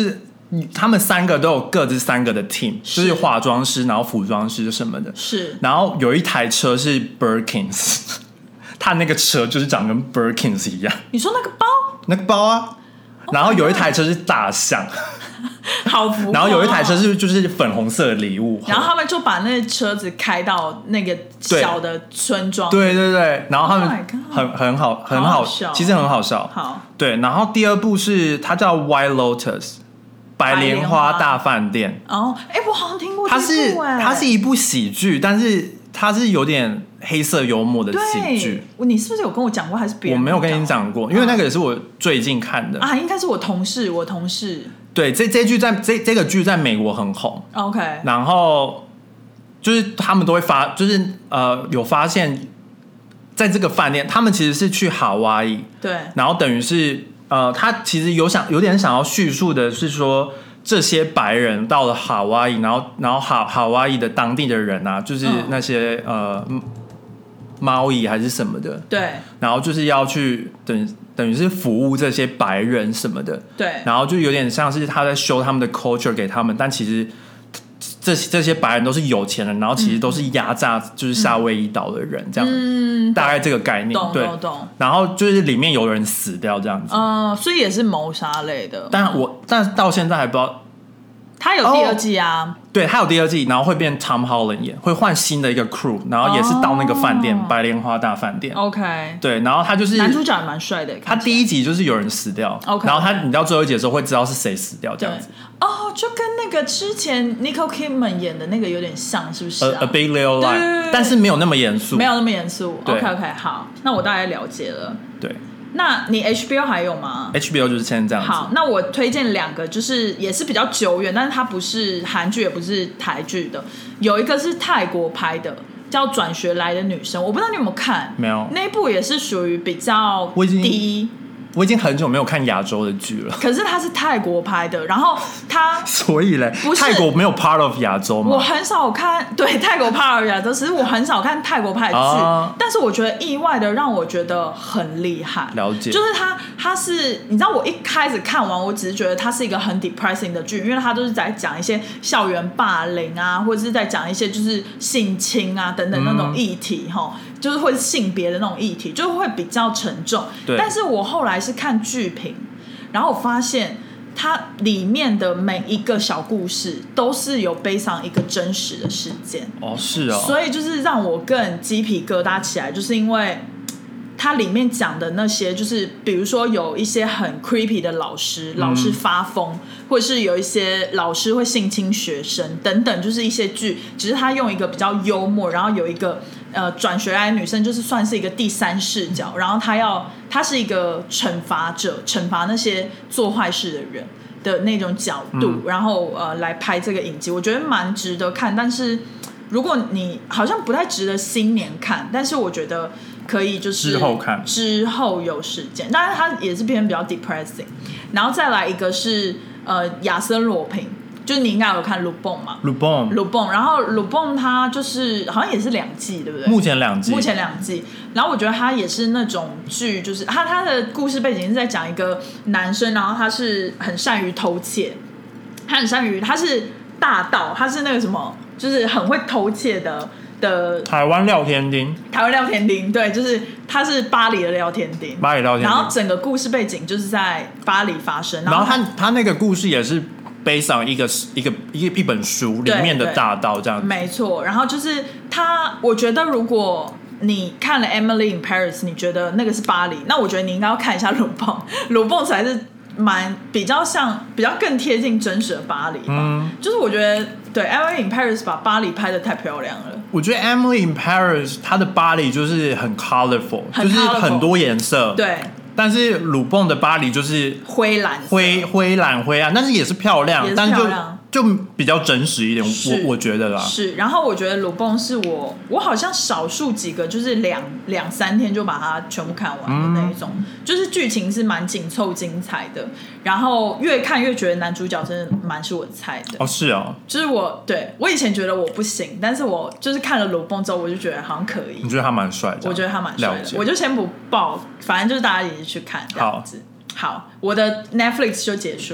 他们3个都有各自3个的 team， 就是化妆师，然后服装师什么的。 是， 然后有一台车是 Birkins， 他那个车就是长跟 Birkins 一样。 你说那个包？ 那个包啊。然后有一台车是大象。 好浮夸。 然后有一台车是就是粉红色的礼物。 然后他们就把那车子开到那个小的村庄。 对对对，然后他们很好笑， 其实很好笑。 好， 对，然后第2部是它叫 White Lotus。白莲花大饭店哦，我好像听过这部它是一部喜剧，但是它是有点黑色幽默的喜剧。 你是不是有跟我讲过，还是别人？ 我没有跟你讲过，因为那个也是我最近看的应该是我同事。 对，这剧这个剧在美国很红。 OK， 然后就是他们都会就是有发现，在这个饭店，他们其实是去夏威夷， 对， 然后等于是。他其实有点想要叙述的是说，这些白人到了夏威夷，然后夏威夷的当地的人啊，就是那些猫裔还是什么的， 对， 然后就是要去等于是服务这些白人什么的， 对， 然后就有点像是他在 show 他们的 culture 给他们，但其实这些白人都是有钱人，然后其实都是压榨就是夏威夷岛的人，这样，大概这个概念，对， 懂。 然后就是里面有人死掉这样子， 所以也是谋杀类的。 但到现在还不知道。 他有第2季啊， 对，他有第2季，然后会变 Tom Holland 演，会换新的一个 crew， 然后也是到那个饭店，白莲花大饭店。 OK， 对，然后他就是男主角也蛮帅的。 他第1集就是有人死掉 ，OK， 然后你到最后一集的时候会知道是谁死掉这样子。 就跟那个之前 Nicole Kidman 演的那个有点像，是不是 ？A Big Little Lie， 但是没有那么严肃， 没有那么严肃。OK， 好，那我大概了解了。 对。 那你 HBO 还有吗？ HBO 就是现在这样子。 好，那我推荐2个，就是也是比较久远，但是它不是韩剧，也不是台剧的。有一个是泰国拍的，叫《转学来的女生》，我不知道你有没有看？ 没有。 那一部也是属于比较低。 我已经很久没有看亚洲的剧了。 可是它是泰国拍的，然后它所以嘞，泰国没有 part of 亚洲吗？ 我很少看，对，泰国 part of 亚洲，其实我很少看泰国拍的剧，但是我觉得意外的让我觉得很厉害。 了解， 就是它是你知道，我一开始看完，我只是觉得它是一个很 depressing 的剧，因为它都是在讲一些校园霸凌啊，或者是在讲一些就是性侵啊等等那种议题就是会性别的那种议题，就会比较沉重。 对， 但是我后来是看剧评，然后我发现它里面的每一个小故事都是有背上一个真实的事件。 是哦， 所以就是让我更鸡皮疙瘩起来，就是因为它里面讲的那些，就是比如说有一些很 creepy 的老师发疯，或者是有一些老师会性侵学生等等，就是一些剧，只是他用一个比较幽默，然后有一个转学来的女生，就是算是一个第3视角，然后他是一个惩罚者，惩罚那些做坏事的人的那种角度，然后来拍这个影集，我觉得蛮值得看。但是如果你好像不太值得新年看，但是我觉得可以就是之后有时间，当然它也是偏比较 depressing。然后再来一个是亚森罗平，就是你应该有看鲁蹦嘛？鲁蹦，然后鲁蹦它就是好像也是2季，对不对？ 目前2 季。然后我觉得它也是那种剧，就是它的故事背景是在讲一个男生，然后他是很善于偷窃，他是大盗，他是那个什么，就是很会偷窃的台湾廖天丁， 对，就是他是巴黎的廖天丁，然后整个故事背景就是在巴黎发生， 然后他那个故事也是based on 一本书里面的大盗这样子， 没错。然后就是我觉得如果你看了 Emily in Paris， 你觉得那个是巴黎，那我觉得你应该要看一下鲁蹦才是比较更贴近真实的巴黎吧。就是我觉得对 Emily in Paris 把巴黎拍得太漂亮了。 我觉得 Emily in Paris 它的巴黎就是很 colorful， 就是很多颜色。 对。 但是鲁蹦的巴黎就是灰蓝灰暗，但是也是漂亮，但就比较真实一点，我觉得啦。 是，然后我觉得鲁蹦是我好像少数几个就是两三天就把它全部看完的那一种，就是剧情是蛮紧凑精彩的，然后越看越觉得男主角真的蛮是我的菜的。 是哦， 就是我以前觉得我不行，但是我就是看了鲁蹦之后，我就觉得好像可以。 你觉得他蛮帅的？ 我觉得他蛮帅的，我就先不报，反正就是大家一起去看这样子。好，我的 Netflix 就结束。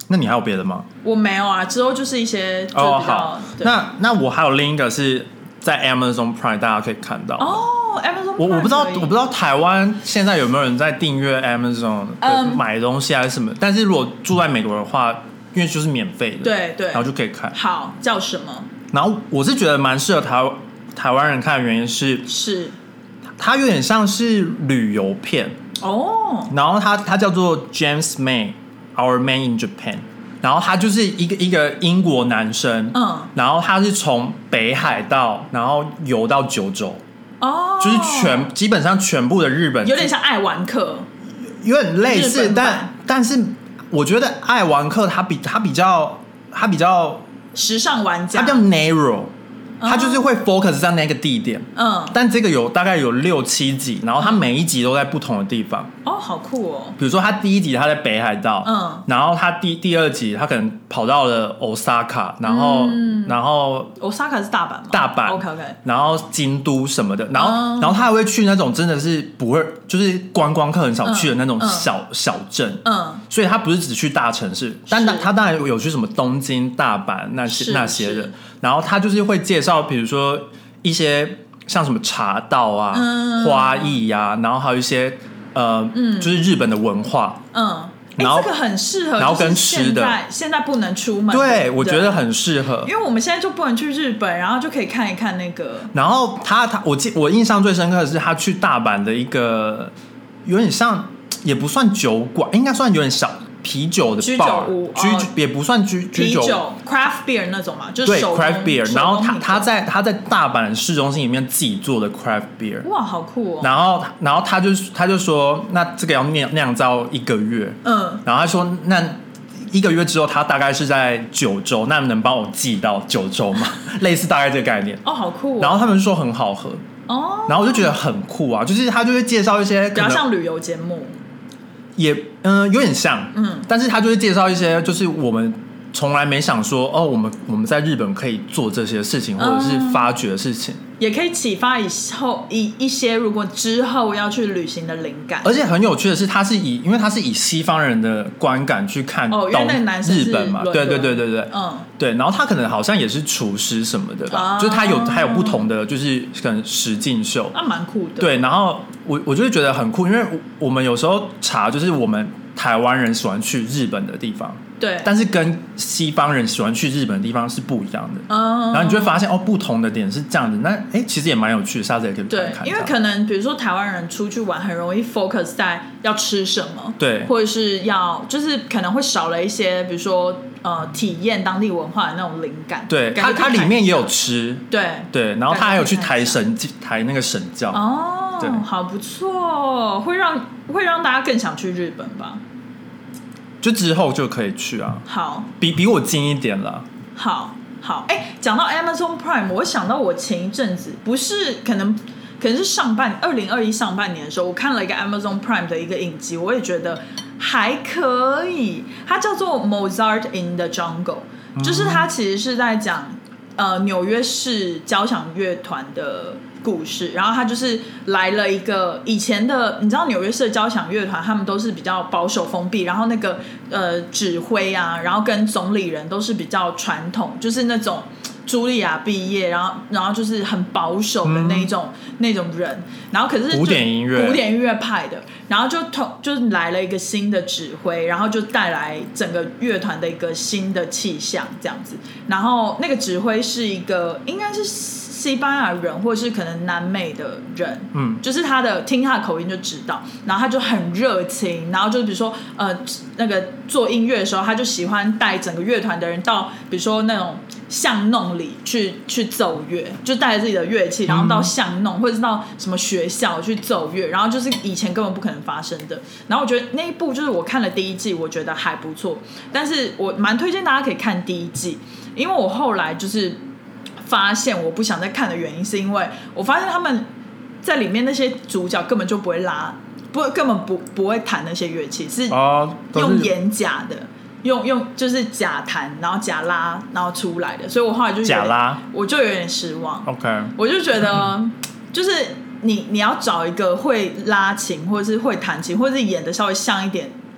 那你还有别的吗？ 我没有啊，之后就是一些就比较好，那我还有另一个是在 Amazon Prime 大家可以看到 Amazon Prime 我不知道台湾现在有没有人在订阅 Amazon 买东西还是什么，但是如果住在美国的话，因为就是免费的， 对， 然后就可以看。 好，叫什么？ 然后我是觉得蛮适合台湾人看的原因是它有点像是旅游片然后它叫做 James May Our Man in Japan， 然后他就是一个英国男生，然后他是从北海道然后游到九州，就是基本上全部的日本， 有点像爱玩客， 有点类似，但是我觉得爱玩客他比较时尚玩家， 他比较 narrow。他就是会 focus 在那个地点，但这个大概有6-7集，然后他每一集都在不同的地方。 好酷哦！ 比如说他第一集他在北海道，然后他第二集他可能跑到了 Osaka， 然后 Osaka 是大阪吗？ 大阪 ，OK， 然后京都什么的，然后他还会去那种真的是不会，就是观光客很少去的那种小镇，所以他不是只去大城市，但他当然有去什么东京、大阪那些的。然后他就是会介绍，比如说一些像什么茶道啊、花艺啊，然后还有一些就是日本的文化，然后这个很适合， 然后跟吃的， 现在不能出门， 对，我觉得很适合， 因为我们现在就不能去日本，然后就可以看一看那个。 然后我印象最深刻的是他去大阪的一个有点像，也不算酒馆，应该算有点小。啤酒的 bar， 居酒屋也不算居酒 craft beer 那种嘛，就是对 craft beer。然后他在大阪市中心里面自己做的 craft beer， 哇，好酷哦！ 然后他就说，那这个要酿造1个月，然后他说那1个月之后，他大概是在九州，那能帮我寄到九州吗？类似大概这个概念。 好酷！ 然后他们说很好喝然后我就觉得很酷啊，就是他就会介绍一些比较像旅游节目。 也有点像，但是他就会介绍一些，就是我们从来没想说我们在日本可以做这些事情，或者是发掘的事情， 也可以启发一些如果之后要去旅行的灵感。 而且很有趣的是，因为他是以西方人的观感去看懂日本嘛，对，对，然后他可能好像也是厨师什么的吧，就是他有不同的就是可能实境秀， 蛮酷的。 对，然后我就会觉得很酷，因为我们有时候查就是我们台湾人喜欢去日本的地方， 对， 但是跟西方人喜欢去日本的地方是不一样的。然后你就会发现不同的点是这样子，那其实也蛮有趣的，下次也可以看看。 对，因为可能比如说台湾人出去玩很容易 focus 在要吃什么， 对， 或者是就是可能会少了一些，比如说体验当地文化的那种灵感。 对，它里面也有吃，对，然后他还有去抬那个神教。对， 好不错，会让大家更想去日本吧。 就之后就可以去啊。 好， 比我近一点了。 好，讲到 Amazon Prime， 我想到我前一阵子不是可能是2021上半年的时候，我看了一个 Amazon Prime 的一个影集，我也觉得还可以。它叫做 Mozart in the Jungle，就是它其实是在讲纽约市交响乐团的故事，然后他就是来了一个以前的，你知道纽约市的交响乐团，他们都是比较保守封闭，然后那个指挥啊，然后跟总理人都是比较传统，就是那种茱莉亚毕业，然后就是很保守的那种人，然后可是古典音乐派的，然后就是来了一个新的指挥，然后就带来整个乐团的一个新的气象这样子，然后那个指挥是一个应该是西班牙人或者是可能南美的人，就是听他的口音就知道，然后他就很热情，然后就比如说那个做音乐的时候，他就喜欢带整个乐团的人到比如说那种巷弄里去奏乐，就带着自己的乐器，然后到巷弄或者是到什么学校去奏乐，然后就是以前根本不可能发生的。然后我觉得那一部就是我看了第一季，我觉得还不错，但是我蛮推荐大家可以看第一季，因为我后来就是发现我不想再看的原因，是因为我发现他们在里面那些主角根本就不会根本不会弹那些乐器，是用演假的，用就是假弹，然后假拉，然后出来的，所以我后来就假拉， 我就有点失望。 OK， 我就觉得就是你要找一个会拉琴，或者是会弹琴，或者是演的稍微像一点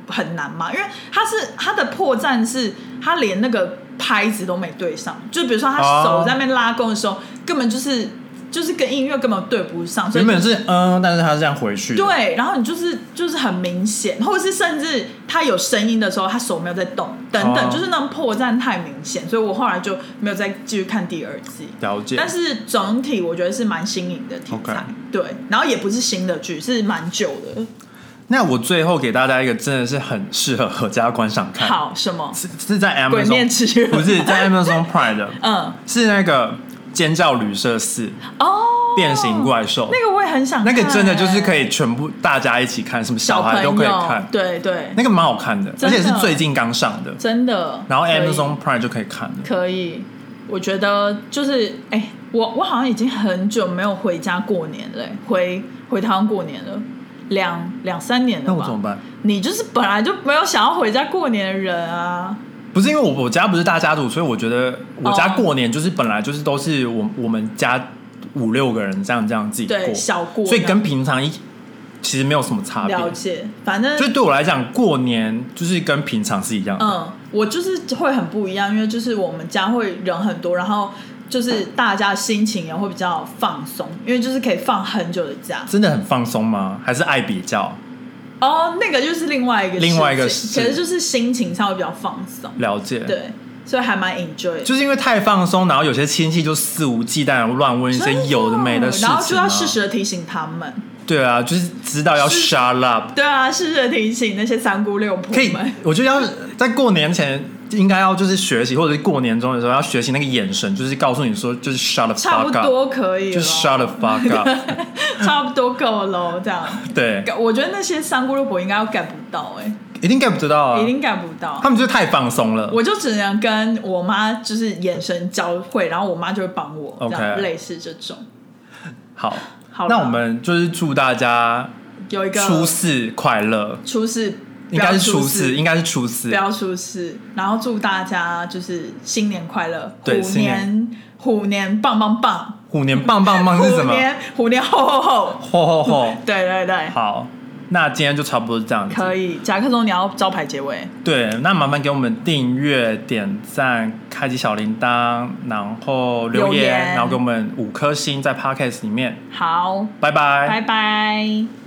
很难吗？因为他的破绽是他连那个拍子都没对上，就比如说他手在那边拉弓的时候，根本就是跟音乐根本对不上，所以原本是但是他是这样回去的， 对，然后你就是很明显，或者是甚至他有声音的时候，他手没有在动，等等，就是那种破绽太明显，所以我后来就没有再继续看第二季。 了解。 但是总体我觉得是蛮新颖的题材， Okay. 对，然后也不是新的剧，是蛮旧的。 那我最后给大家一个真的是很适合合家观赏看， 好，什么？ 是在 Amazon 鬼面之刃不是在 Amazon Prime 的，是那个尖叫旅社4变形怪兽， 那个我也很想看， 那个真的就是可以全部大家一起看，什么小孩都可以看， 对对， 那个蛮好看的，而且是最近刚上的， 真的。 然后 Amazon Prime 就可以看了， 可以。我觉得就是我好像已经很久没有回家过年了，回台湾过年了，两三年了吧。 那我怎么办？ 你就是本来就没有想要回家过年的人啊。 不是因为我家不是大家族，所以我觉得我家过年就是本来就是都是我们家5-6个人这样自己过， 对，小过， 所以跟平常其实没有什么差别。 了解，反正就对我来讲，过年就是跟平常是一样的。 我就是会很不一样，因为就是我们家会人很多，然后就是大家心情也会比较放松，因为就是可以放很久的假。 真的很放松吗？还是爱比较？ 那个就是另外一个事，可是就是心情上会比较放松。 了解， 对，所以还蛮 enjoy。 就是因为太放松，然后有些亲戚就肆无忌惮的乱问一些有的没的事情， 然后就要适时的提醒他们。 对啊，就是知道要 shut up。 对啊，适时的提醒那些三姑六婆们。 可以，我觉得要在过年前应该要就是学习，或者是过年中的时候要学习那个眼神，就是告诉你说就是 shut the fuck up， 差不多可以了， 就 shut the fuck up， 差不多够了这样。对，我觉得那些三姑六婆应该要 get 不到一定 get 不到啊， 一定 get 不到， 他们就太放松了。 我就只能跟我妈就是眼神交汇，然后我妈就会帮我，这样类似这种。 好，那我们就是祝大家有一个初4快乐， 初4 应该是初4，应该是初4， 不要出事。然后祝大家就是新年快乐， 对， 虎年棒棒棒， 虎年棒棒棒是什么？ 虎年吼吼吼， 吼吼吼， 对对对， 好。那今天就差不多是这样子。 可以，甲克松你要招牌结尾。 对，那麻烦给我们订阅、点赞、开启小铃铛，然后留言，然后给我们5颗星在 Podcast 里面。 好， 拜拜， 拜拜。